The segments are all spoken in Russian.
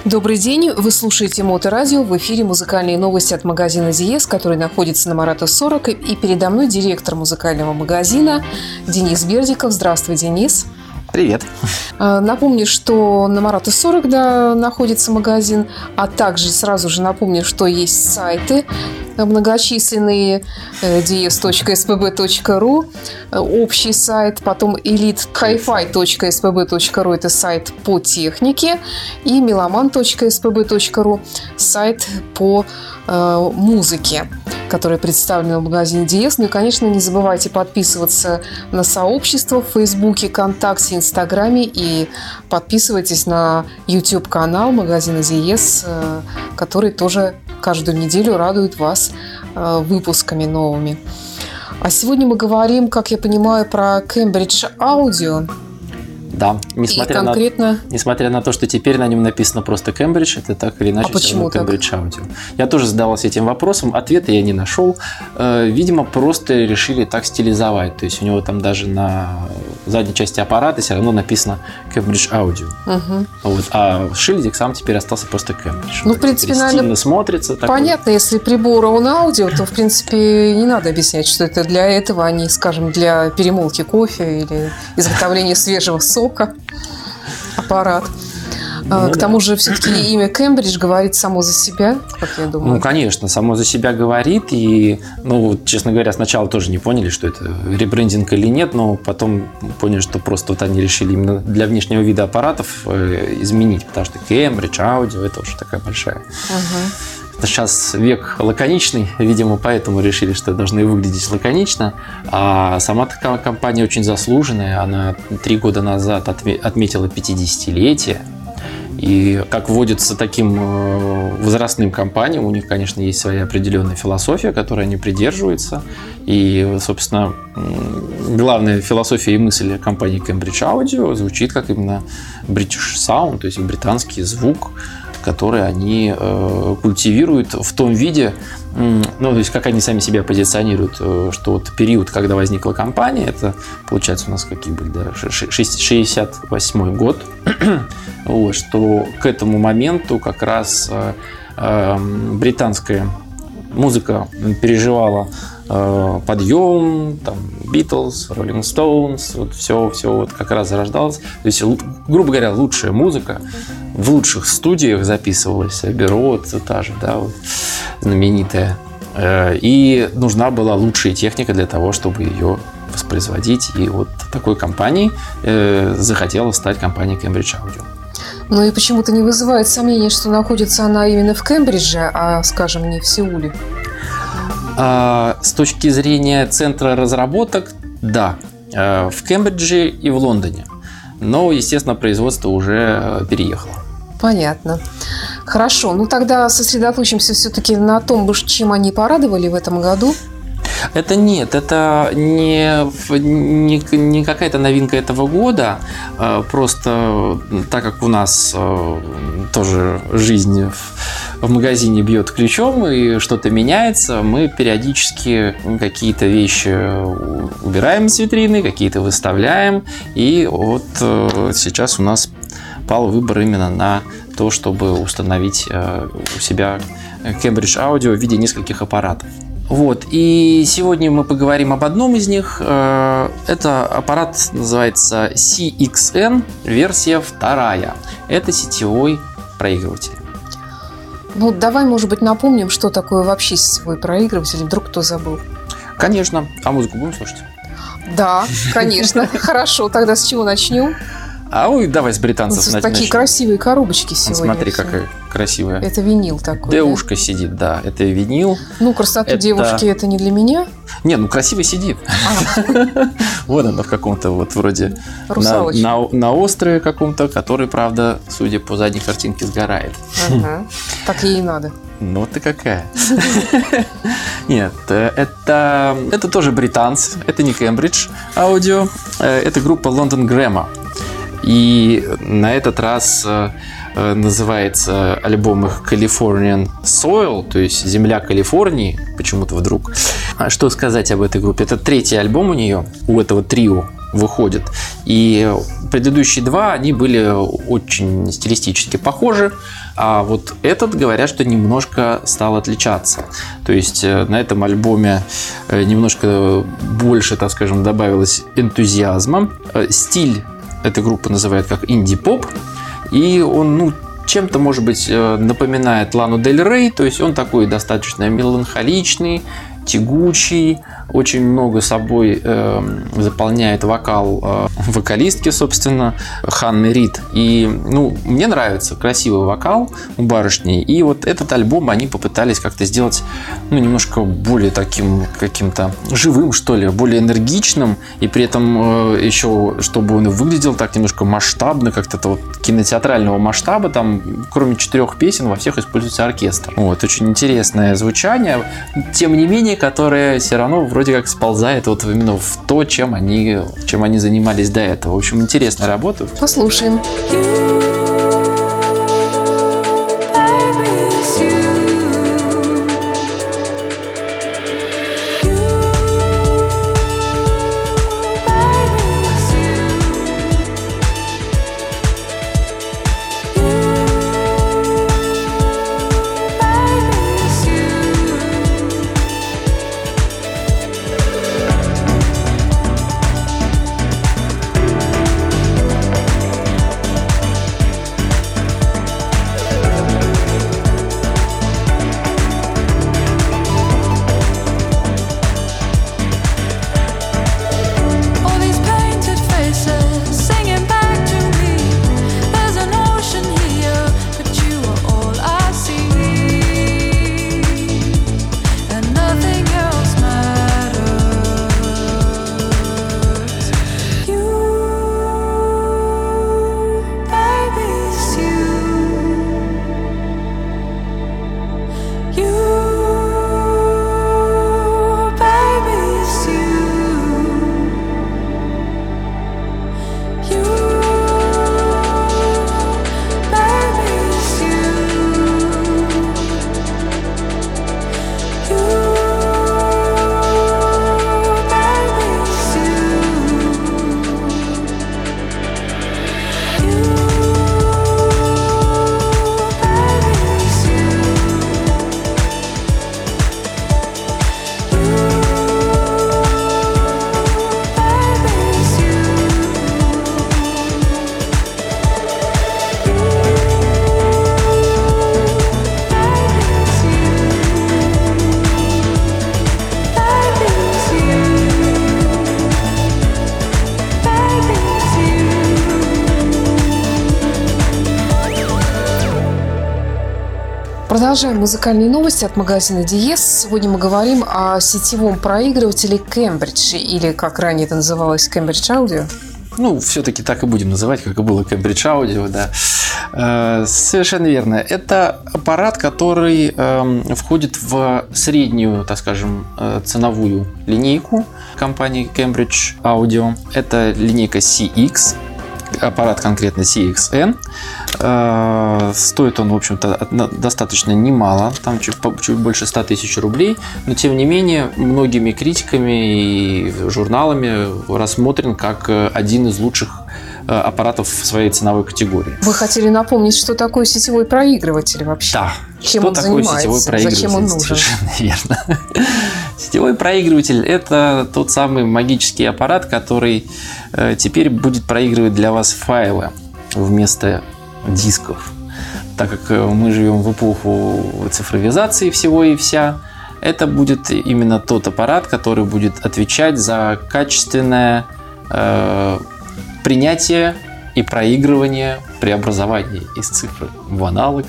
Добрый день, вы слушаете Моторадио, в эфире музыкальные новости от магазина Диез, который находится на Марата 40, и передо мной директор музыкального магазина Денис Бердиков. Здравствуй, Денис. Привет. Напомню, что на Марата 40 находится магазин, а также сразу же напомню, что есть сайты многочисленные: diez.spb.ru, общий сайт, потом elitehifi.spb.ru, это сайт по технике, и meloman.spb.ru, сайт по музыке, который представлен в магазине Диез. Ну и, конечно, не забывайте подписываться на сообщество в Фейсбуке, ВКонтакте, Инстаграме, и подписывайтесь на YouTube-канал магазина Диез, который тоже каждую неделю радует вас выпусками новыми. А сегодня мы говорим, как я понимаю, про Cambridge Audio. Да, несмотря на то, что теперь на нем написано просто Cambridge, это так или иначе все равно Cambridge Audio. Я тоже задавался этим вопросом, ответа я не нашел. Видимо, просто решили так стилизовать. То есть у него там даже на задней части аппарата все равно написано Cambridge Audio. Угу. Вот. А шильдик сам теперь остался просто Cambridge. Ну, в принципе, стильно смотрится. Понятно, такой. Если прибор он аудио, то, в принципе, не надо объяснять, что это для этого, а не, скажем, для перемолки кофе или изготовления свежего сока. Аппарат. К тому же, все-таки имя Cambridge говорит само за себя, как я думаю. Ну, конечно, само за себя говорит. И, честно говоря, сначала тоже не поняли, что это ребрендинг или нет, но потом поняли, что просто вот они решили именно для внешнего вида аппаратов изменить, потому что Cambridge Audio – это уже такая большая. Сейчас век лаконичный, видимо, поэтому решили, что должны выглядеть лаконично. А сама такая компания очень заслуженная. Она 3 года назад отметила 50-летие. И как водится таким возрастным компаниям, у них, конечно, есть своя определенная философия, которой они придерживаются. И, собственно, главная философия и мысль компании Cambridge Audio звучит как именно British Sound, то есть британский звук, которые они культивируют в том виде, то есть как они сами себя позиционируют, что вот период, когда возникла компания, это, получается, у нас какие были, 68 год, вот, что к этому моменту как раз британская музыка переживала подъем, там, Beatles, Rolling Stones, вот все вот как раз зарождалось. То есть, грубо говоря, лучшая музыка в лучших студиях записывалась, Abbey та же, вот, знаменитая. И нужна была лучшая техника для того, чтобы ее воспроизводить. И вот такой компанией захотела стать компанией Cambridge Audio. Ну и почему-то не вызывает сомнения, что находится она именно в Кембридже, а, скажем, не в Сеуле. С точки зрения центра разработок, да, в Кембридже и в Лондоне. Но, естественно, производство уже переехало. Понятно. Хорошо, тогда сосредоточимся все-таки на том, чем они порадовали в этом году. Это не какая-то новинка этого года, просто так как у нас тоже жизнь в магазине бьет ключом и что-то меняется, мы периодически какие-то вещи убираем с витрины, какие-то выставляем, и вот сейчас у нас пал выбор именно на то, чтобы установить у себя Cambridge Audio в виде нескольких аппаратов. Вот, и сегодня мы поговорим об одном из них. Это аппарат называется CXN, версия 2. Это сетевой проигрыватель. Давай, может быть, напомним, что такое вообще сетевой проигрыватель, вдруг кто забыл. Конечно. А музыку будем слушать? Да, конечно. Хорошо, тогда с чего начнем? Давай с британцев начнем. Такие красивые коробочки сегодня. Смотри, какая красивая. Это винил такой. Девушка сидит, да, это винил. Красоту девушки это не для меня. Не, красиво сидит. Вот она в каком-то вроде на острове каком-то, который, правда, судя по задней картинке, сгорает. Так ей и надо. Ну ты какая. Нет, это тоже британцы, это не Cambridge Audio, это группа London Grammar. И на этот раз называется альбом их Californian Soil, то есть земля Калифорнии, почему-то вдруг. Что сказать об этой группе? Это 3-й альбом у нее, у этого трио. выходит. И предыдущие два, они были очень стилистически похожи, а вот этот, говорят, что немножко стал отличаться. То есть на этом альбоме немножко больше, так скажем, добавилось энтузиазма. Стиль этой группы называют как инди-поп, и он, чем-то, может быть, напоминает Лану Дель Рей, то есть он такой достаточно меланхоличный, тягучий, очень много собой заполняет вокал вокалистки, собственно, Ханны Рид. И, мне нравится красивый вокал у барышни. И вот этот альбом они попытались как-то сделать, немножко более таким каким-то живым, что ли, более энергичным. И при этом еще, чтобы он выглядел так немножко масштабно, как-то вот кинотеатрального масштаба. Там, кроме 4 песен, во всех используется оркестр. Вот, очень интересное звучание. Тем не менее, которое все равно вроде как сползает вот именно в то, чем они занимались до этого. В общем, интересная работа. Послушаем. Продолжаем музыкальные новости от магазина Диез. Сегодня мы говорим о сетевом проигрывателе Cambridge, или, как ранее это называлось, Cambridge Audio. Все-таки так и будем называть, как и было Cambridge Audio, да. Совершенно верно. Это аппарат, который входит в среднюю, так скажем, ценовую линейку компании Cambridge Audio. Это линейка CX. Аппарат конкретно CXN. Стоит он, в общем-то, достаточно немало, там чуть больше 100 тысяч рублей, но тем не менее многими критиками и журналами рассмотрен как один из лучших аппаратов в своей ценовой категории. Вы хотели напомнить, что такое сетевой проигрыватель вообще? Да. Чем что он такое занимается? Сетевой проигрыватель? Зачем он нужен? Совершенно верно. Сетевой проигрыватель – это тот самый магический аппарат, который теперь будет проигрывать для вас файлы вместо дисков. Так как мы живем в эпоху цифровизации всего и вся, это будет именно тот аппарат, который будет отвечать за качественное принятие и проигрывание, преобразование из цифры в аналог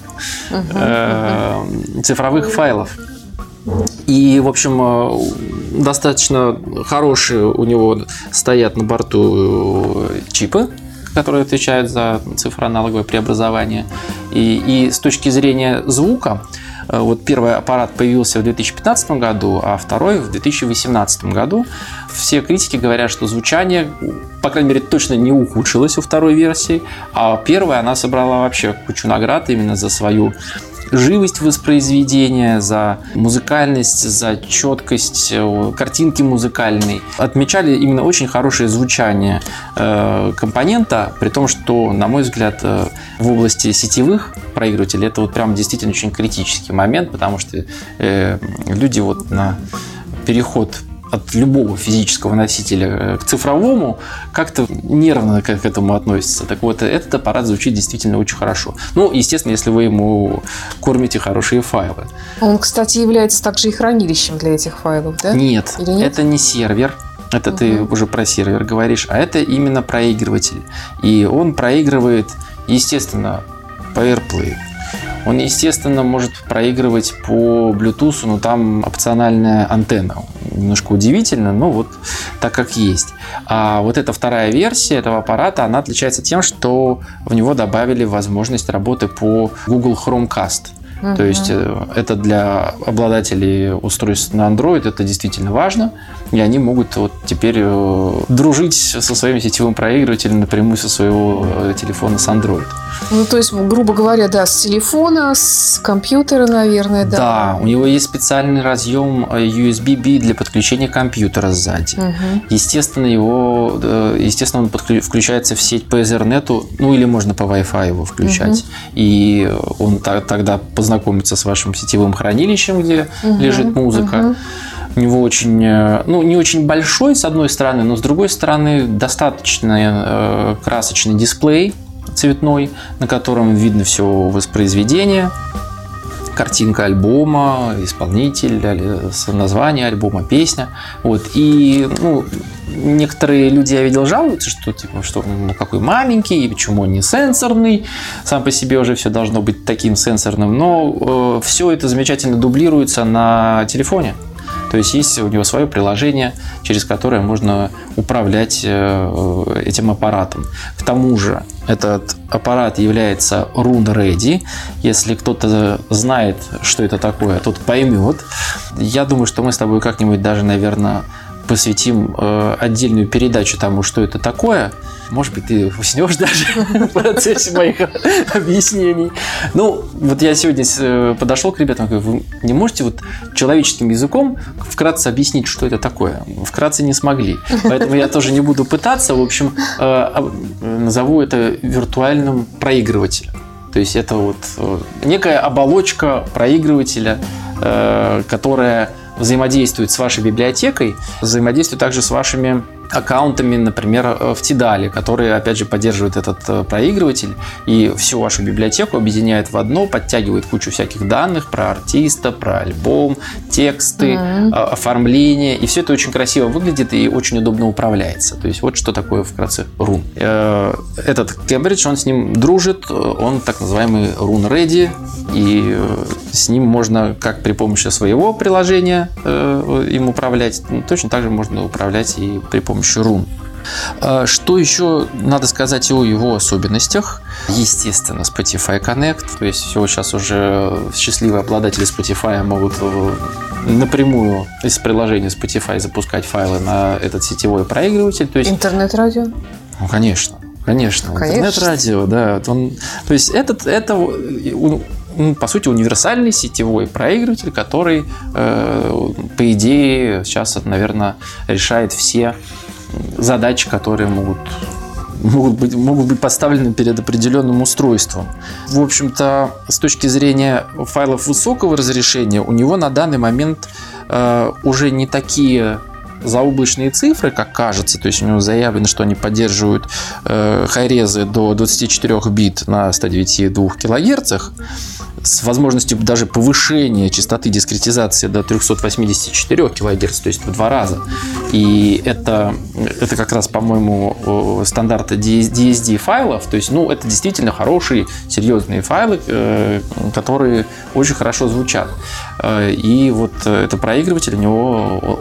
цифровых файлов. И, в общем, достаточно хорошие у него стоят на борту чипы, которые отвечают за цифроаналоговое преобразование. И с точки зрения звука, вот первый аппарат появился в 2015 году, а второй в 2018 году. Все критики говорят, что звучание, по крайней мере, точно не ухудшилось у второй версии, а первая она собрала вообще кучу наград именно за свою живость воспроизведения, за музыкальность, за четкость картинки музыкальной. Отмечали именно очень хорошее звучание компонента, при том, что, на мой взгляд, в области сетевых проигрывателей это вот прям действительно очень критический момент, потому что люди вот на переход от любого физического носителя к цифровому как-то нервно к этому относятся. Так вот, этот аппарат звучит действительно очень хорошо. Ну, естественно, если вы ему кормите хорошие файлы. Он, кстати, является также и хранилищем для этих файлов, да? Нет, Или нет? это не сервер. Это ты уже про сервер говоришь, а это именно проигрыватель. И он проигрывает, естественно, по AirPlay. Он, естественно, может проигрывать по Bluetooth, но там опциональная антенна. Немножко удивительно, но вот так как есть. А вот эта вторая версия этого аппарата, она отличается тем, что в него добавили возможность работы по Google Chromecast. То есть это для обладателей устройств на Android это действительно важно, и они могут вот теперь дружить со своим сетевым проигрывателем напрямую со своего телефона с Android. Ну, то есть, грубо говоря, да, с телефона, с компьютера, наверное, да. Да, у него есть специальный разъем USB-B для подключения компьютера сзади. Естественно, он включается в сеть по Ethernet, ну или можно по Wi-Fi его включать. И он тогда познакомится с вашим сетевым хранилищем, где лежит музыка. У него очень, не очень большой, с одной стороны, но с другой стороны достаточно красочный дисплей цветной, на котором видно все воспроизведение, картинка альбома, исполнитель, название альбома, песня. Вот. И некоторые люди, я видел, жалуются, что он какой маленький, и почему он не сенсорный. Сам по себе уже все должно быть таким сенсорным. Но все это замечательно дублируется на телефоне. То есть есть у него свое приложение, через которое можно управлять этим аппаратом. К тому же этот аппарат является Run-Ready. Если кто-то знает, что это такое, тот поймет. Я думаю, что мы с тобой как-нибудь даже, наверное, посвятим отдельную передачу тому, что это такое. Может быть, ты уснешь даже в процессе моих объяснений. Ну, вот я сегодня подошел к ребятам, говорю, вы не можете вот человеческим языком вкратце объяснить, что это такое? Вкратце не смогли. Поэтому я тоже не буду пытаться. В общем, назову это виртуальным проигрывателем. То есть это вот некая оболочка проигрывателя, которая взаимодействует с вашей библиотекой, взаимодействует также с вашими аккаунтами, например, в Tidal, которые, опять же, поддерживают этот проигрыватель, и всю вашу библиотеку объединяет в одно, подтягивает кучу всяких данных про артиста, про альбом, тексты, оформление, и все это очень красиво выглядит и очень удобно управляется. То есть вот что такое вкратце Run. Этот Cambridge, он с ним дружит, он так называемый Run-Ready, и с ним можно как при помощи своего приложения им управлять, точно так же можно управлять и при помощи Run. Что еще надо сказать о его особенностях? Естественно, Spotify Connect. То есть все, сейчас уже счастливые обладатели Spotify могут напрямую из приложения Spotify запускать файлы на этот сетевой проигрыватель. То есть интернет-радио? Ну, конечно. Интернет-радио, да. То есть это по сути, универсальный сетевой проигрыватель, который, по идее, сейчас, наверное, решает все задачи, которые могут быть поставлены перед определенным устройством. В общем-то, с точки зрения файлов высокого разрешения, у него на данный момент уже не такие заоблачные цифры, как кажется, то есть у него заявлено, что они поддерживают хай-резы до 24 бит на 109,2 кГц, с возможностью даже повышения частоты дискретизации до 384 кГц, то есть в 2 раза. И это как раз, по-моему, стандарты DSD файлов, то есть, это действительно хорошие, серьезные файлы, которые очень хорошо звучат. И вот это проигрыватель, у него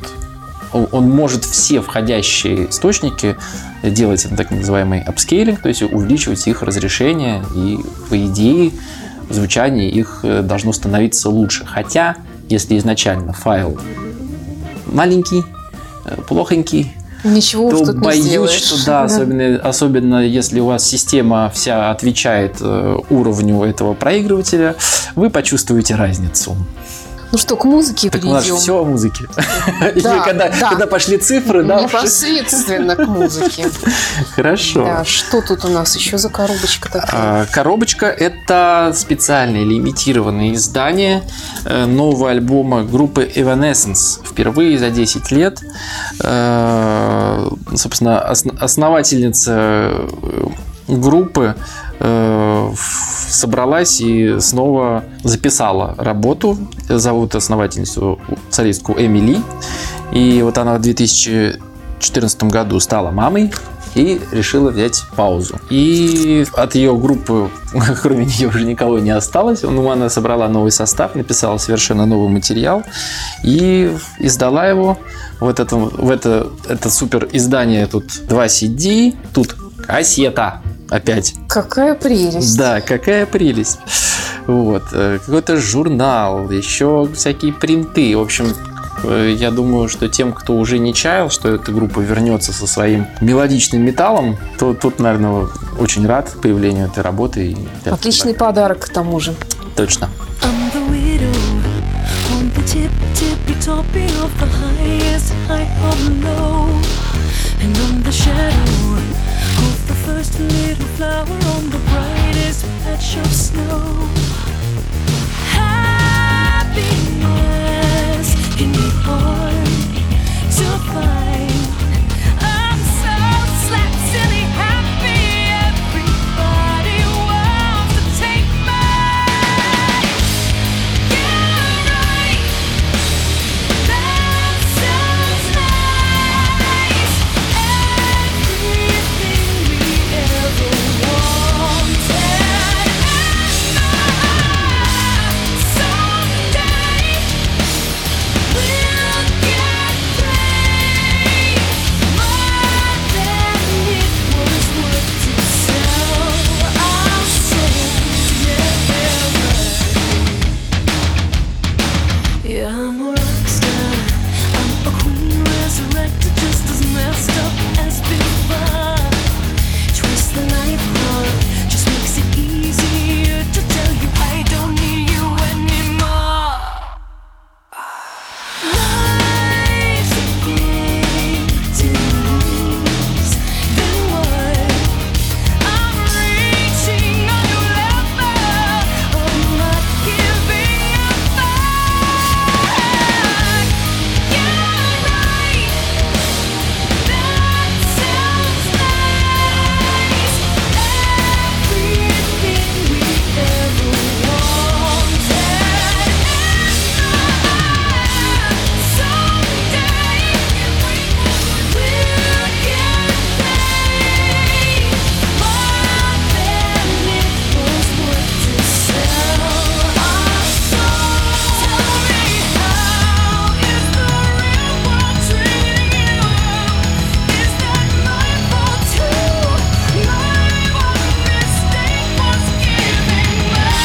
он может все входящие источники делать так называемый апскейлинг, то есть увеличивать их разрешение, и по идее звучание их должно становиться лучше. Хотя, если изначально файл маленький, плохонький, Ничего уж то тут не боюсь, сделаешь. что да, особенно если у вас система вся отвечает уровню этого проигрывателя, вы почувствуете разницу. Ну что, к музыке Так у нас же перейдем. все о музыке. Или Да, когда пошли цифры, да? Непосредственно к музыке. Хорошо. Да, что тут у нас еще за коробочка такая? Коробочка – это специальное лимитированное издание нового альбома группы Evanescence. Впервые за 10 лет. Собственно, основательница группы собралась и снова записала работу. Зовут основательницу солистку Эмили. И вот она в 2014 году стала мамой и решила взять паузу. И от ее группы, кроме нее, уже никого не осталось. Ну, она собрала новый состав, написала совершенно новый материал и издала его. Это супер издание. Тут 2 CD, тут кассета. Опять. Какая прелесть. Да, какая прелесть. Вот. Какой-то журнал, еще всякие принты. В общем, я думаю, что тем, кто уже не чаял, что эта группа вернется со своим мелодичным металлом, то тут, наверное, очень рад появлению этой работы. Отличный подарок к тому же. Точно. The first little flower on the brightest patch of snow. Happiness can be hard to find. I'm so slap silly happy. Everybody wants to take mine. Yeah, right. That sounds nice. Everything we ever wanted, and someday we'll get paid more than it was worth to sell our souls. Yeah, I'm a rock star. I'm a queen resurrected, just as messed up as before. Twist the knife hard, just makes it easier to tell you I don't need you anymore. Life's a game to lose, then what? I'm reaching a new level. I'm not giving up back. Yeah, right. That sounds nice. Everything we ever wanted, and someday we'll get paid more than it was worth to sell our souls. Tell me, how is the real world treating you? Is that my fault too? My one mistake was giving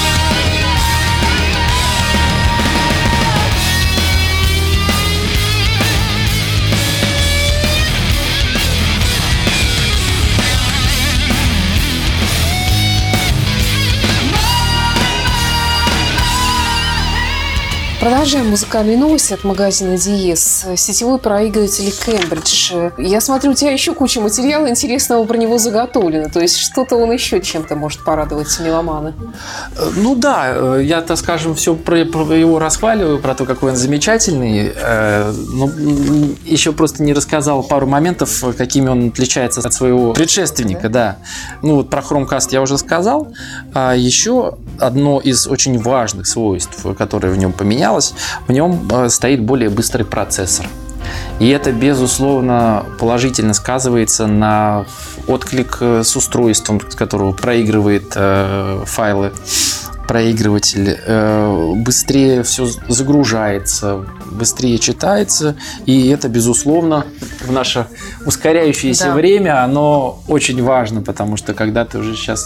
Продолжаем музыкальные новости от магазина Диез. Сетевой проигрыватель Cambridge. Я смотрю, у тебя еще куча материала интересного про него заготовлено. То есть что-то он еще чем-то может порадовать меломана. Ну да, я, так скажем, все про его расхваливаю, про то, какой он замечательный. Но еще просто не рассказал пару моментов, какими он отличается от своего предшественника. Да. Ну вот про Chromecast я уже сказал. А еще одно из очень важных свойств, которое в нем поменялось, в нем стоит более быстрый процессор. И это, безусловно, положительно сказывается на отклик с устройством, с которого проигрывает файлы проигрыватель. Быстрее все загружается, быстрее читается. И это, безусловно, в наше ускоряющееся время, оно очень важно, потому что когда ты уже сейчас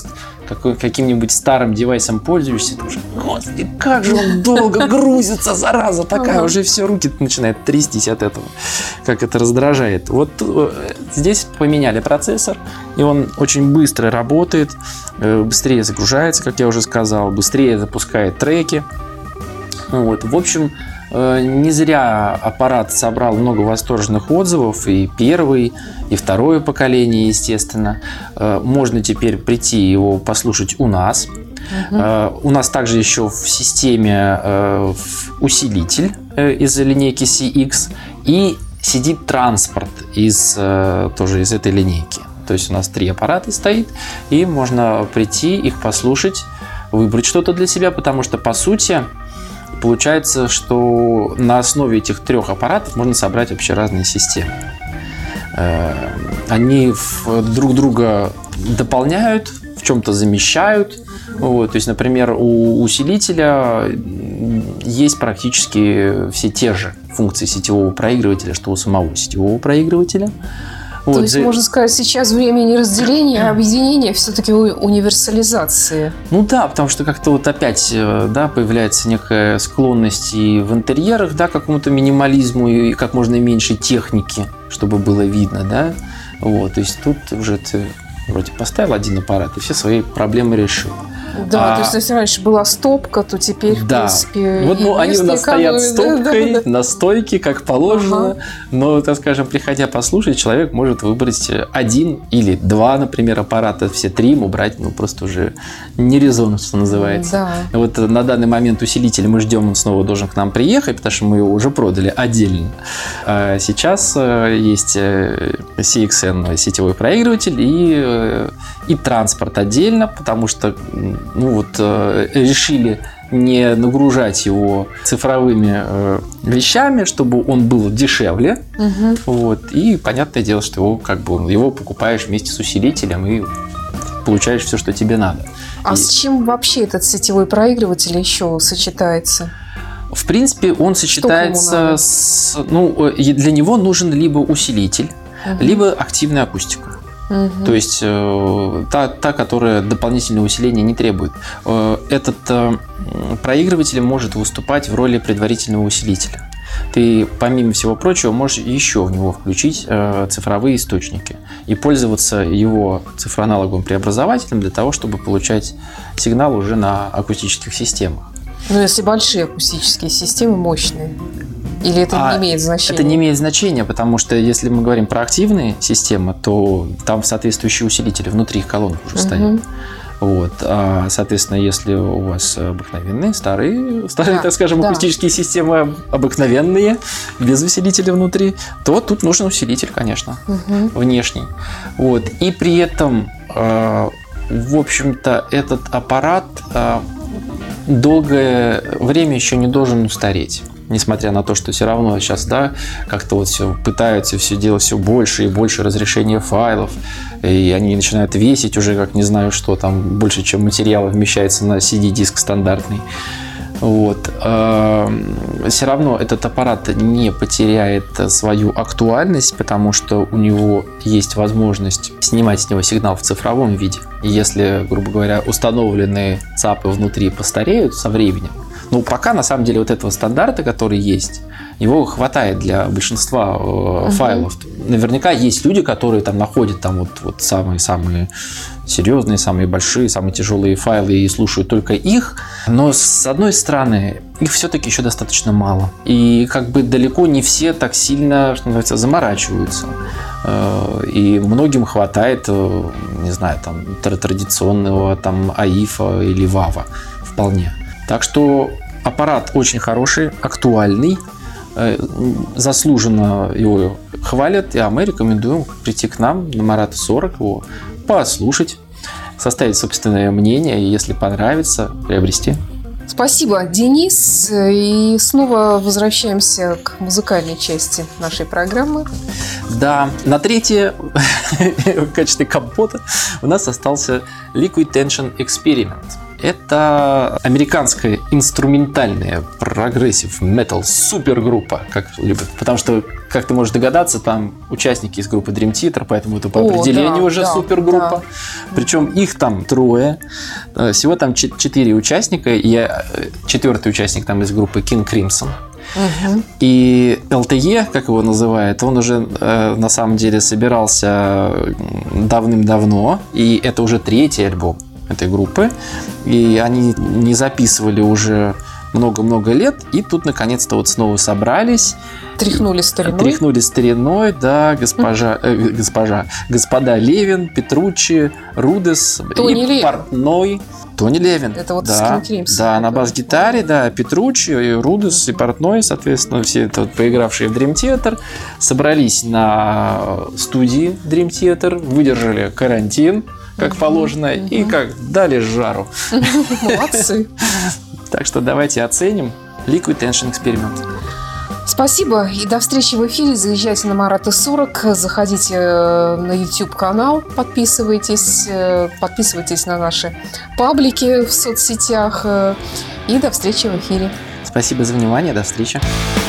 каким-нибудь старым девайсом пользуешься, ты уже, господи, как же он долго грузится, зараза такая, уже все, руки начинают трястись от этого, как это раздражает. Вот здесь поменяли процессор, и он очень быстро работает, быстрее загружается, как я уже сказал, быстрее запускает треки. Вот. В общем, не зря аппарат собрал много восторженных отзывов, и первый, и второе поколение, естественно. Можно теперь прийти его послушать у нас. У нас также еще в системе усилитель из линейки CX и CD-транспорт тоже из этой линейки. То есть у нас 3 аппарата стоит, и можно прийти, их послушать, выбрать что-то для себя, потому что, по сути, получается, что на основе этих 3 аппаратов можно собрать вообще разные системы. Они друг друга дополняют, в чем-то замещают. Вот, то есть, например, у усилителя есть практически все те же функции сетевого проигрывателя, что у самого сетевого проигрывателя. То есть, можно сказать, сейчас время не разделения, а объединения, все-таки универсализации. Ну да, потому что как-то вот опять появляется некая склонность и в интерьерах, к какому-то минимализму и как можно меньше техники, чтобы было видно, да. Вот, то есть тут уже ты вроде поставил один аппарат и все свои проблемы решил. Да, то есть если раньше была стопка, то теперь, в принципе... Вот, они у нас стоят стопкой на стойке, как положено. Но, так скажем, приходя послушать, человек может выбрать 1 или 2, например, аппарата. Все 3 ему брать, просто уже не резон, что называется. Да. Вот на данный момент усилитель мы ждем, он снова должен к нам приехать, потому что мы его уже продали отдельно. А сейчас есть CXN сетевой проигрыватель и транспорт отдельно, потому что решили не нагружать его цифровыми вещами, чтобы он был дешевле. Вот, и понятное дело, что его покупаешь вместе с усилителем и получаешь все, что тебе надо. С чем вообще этот сетевой проигрыватель еще сочетается? В принципе, он сочетается для него нужен либо усилитель, либо активная акустика. То есть та, которая дополнительного усиления не требует. Этот проигрыватель может выступать в роли предварительного усилителя. Ты, помимо всего прочего, можешь еще в него включить цифровые источники и пользоваться его цифроаналоговым преобразователем для того, чтобы получать сигнал уже на акустических системах. Если большие акустические системы, мощные. Или это не имеет значения? Это не имеет значения, потому что если мы говорим про активные системы, то там соответствующие усилители внутри их колонок уже стоят. Вот. Соответственно, если у вас обыкновенные, старые, так скажем, акустические системы обыкновенные, без усилителя внутри, то тут нужен усилитель, конечно, внешний. Вот. И при этом, в общем-то, этот аппарат долгое время еще не должен устареть. Несмотря на то, что все равно сейчас, как-то все пытаются все делать все больше и больше разрешения файлов, и они начинают весить уже, как не знаю что, там больше, чем материала вмещается на CD-диск стандартный. Вот. Все равно этот аппарат не потеряет свою актуальность, потому что у него есть возможность снимать с него сигнал в цифровом виде. И если, грубо говоря, установленные ЦАПы внутри постареют со временем, пока на самом деле вот этого стандарта, который есть, его хватает для большинства файлов. Наверняка есть люди, которые там находят вот самые-самые серьезные, самые большие, самые тяжелые файлы и слушают только их. Но с одной стороны, их все-таки еще достаточно мало. И далеко не все так сильно, что называется, заморачиваются. И многим хватает, не знаю, традиционного АИФа или ВАВа вполне. Так что аппарат очень хороший, актуальный, заслуженно его хвалят, а мы рекомендуем прийти к нам на Марата 40, его послушать, составить собственное мнение, и если понравится, приобрести. Спасибо, Денис. И снова возвращаемся к музыкальной части нашей программы. Да, на третье в качестве компота у нас остался Liquid Tension Experiment. Это американская инструментальная прогрессив метал супергруппа, как любят. Потому что, как ты можешь догадаться, там участники из группы Dream Theater, поэтому это по определению уже супергруппа. Да. Причем их там 3. Всего там 4 участника. И 4-й участник там из группы King Crimson. Угу. И LTE, как его называют, он уже на самом деле собирался давным-давно. И это уже 3-й альбом этой группы. И они не записывали уже много-много лет. И тут наконец-то вот снова собрались. Тряхнули стариной, да, господа Левин, Петруччи, Рудес и Портной. Тони Левин. Это вот да, да, на бас-гитаре, да, Петруччи, и Рудес, и Портной, соответственно, все это вот поигравшие в Dream Theater, собрались на студии Dream Theater, выдержали карантин, как положено, и как дали жару. Молодцы. Так что давайте оценим Liquid Tension Experiment. Спасибо и до встречи в эфире. Заезжайте на Марата 40, заходите на YouTube-канал, подписывайтесь на наши паблики в соцсетях и до встречи в эфире. Спасибо за внимание, до встречи.